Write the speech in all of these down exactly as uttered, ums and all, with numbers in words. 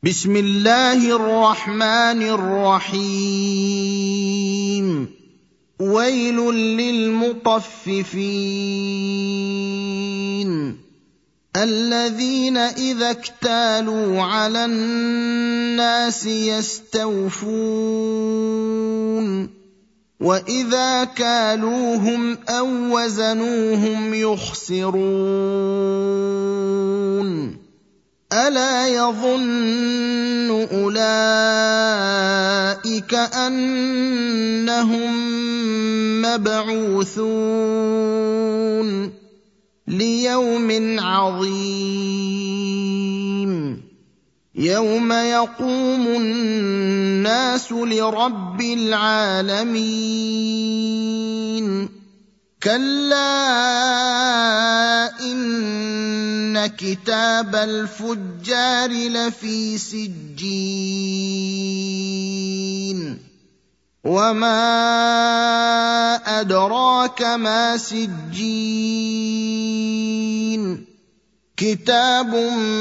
بسم الله الرحمن الرحيم ويل للمطففين الذين إذا اكتالوا على الناس يستوفون وإذا كالوهم أو وزنوهم يخسرون ألا يظن أولئك أنهم مبعوثون ليوم عظيم يوم يقوم الناس لرب العالمين كلا إن كتاب الفجار لفي سجين وما أدراك ما سجين كتاب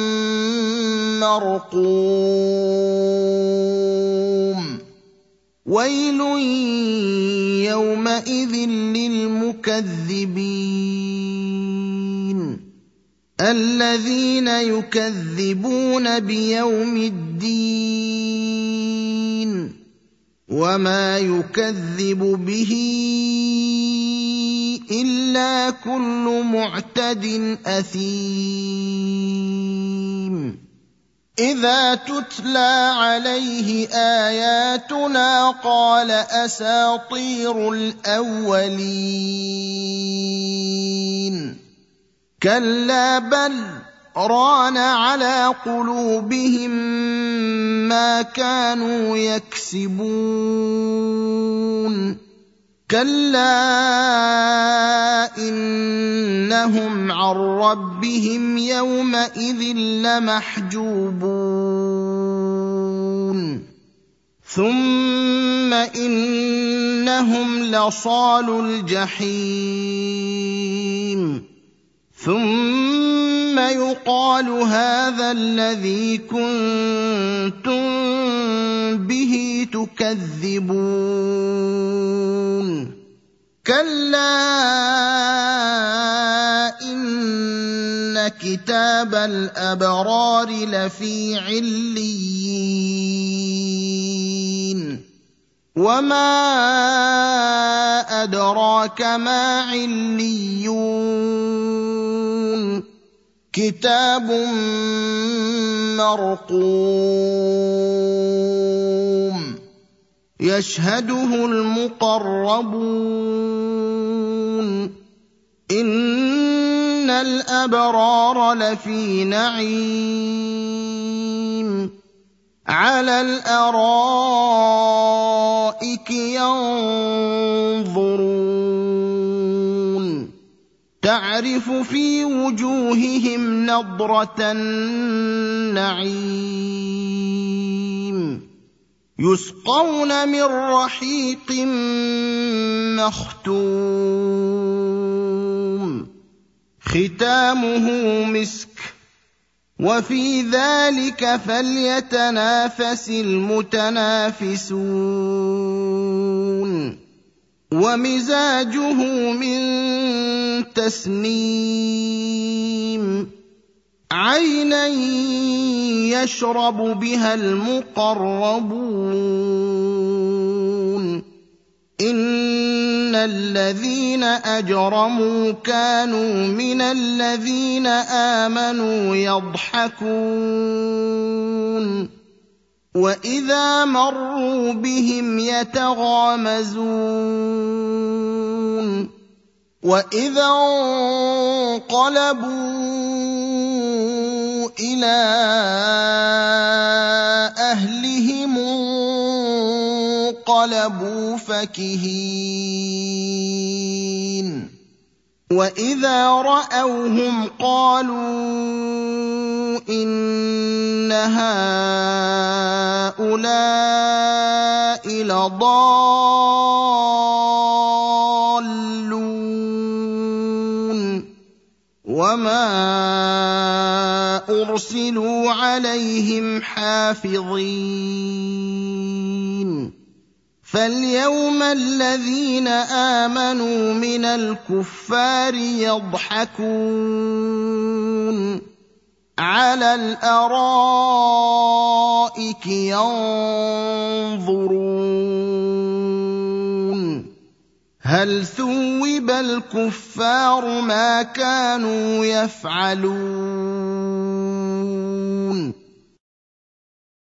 مرقوم ويل يومئذ للمكذبين الذين يكذبون بيوم الدين وما يكذب به إلا كل معتد أثيم إذا تتلى عليه آياتنا قال أساطير الأولين كلا بل ران على قلوبهم ما كانوا يكسبون كلا إنهم عن ربهم يومئذ لمحجوبون ثم إنهم لصالو الجحيم ثم يقال هذا الذي كنتم به تكذبون كلا إن كتاب الأبرار لفي عليين وما أدراك ما عليون كتاب مرقوم يشهده المقربون إن الأبرار لفي نعيم على الأرائك ينظرون تعرف في وجوههم نضرة النعيم يسقون من رحيق مختوم ختامه مسك وفي ذلك فليتنافس المتنافسون ومزاجه من تسنيم عينا يشرب بها المقربون إن الذين أجرموا كانوا من الذين آمنوا يضحكون وإذا مروا بهم يتغامزون وإذا انقلبوا إلى أهلهم انقلبوا فكهين وإذا رأوهم قالوا إن هؤلاء لضالون وما ترسلوا عليهم حافظين فاليوم الذين آمنوا من الكفار يضحكون على الأرائك ينظرون هل ثوب الكفار ما كانوا يفعلون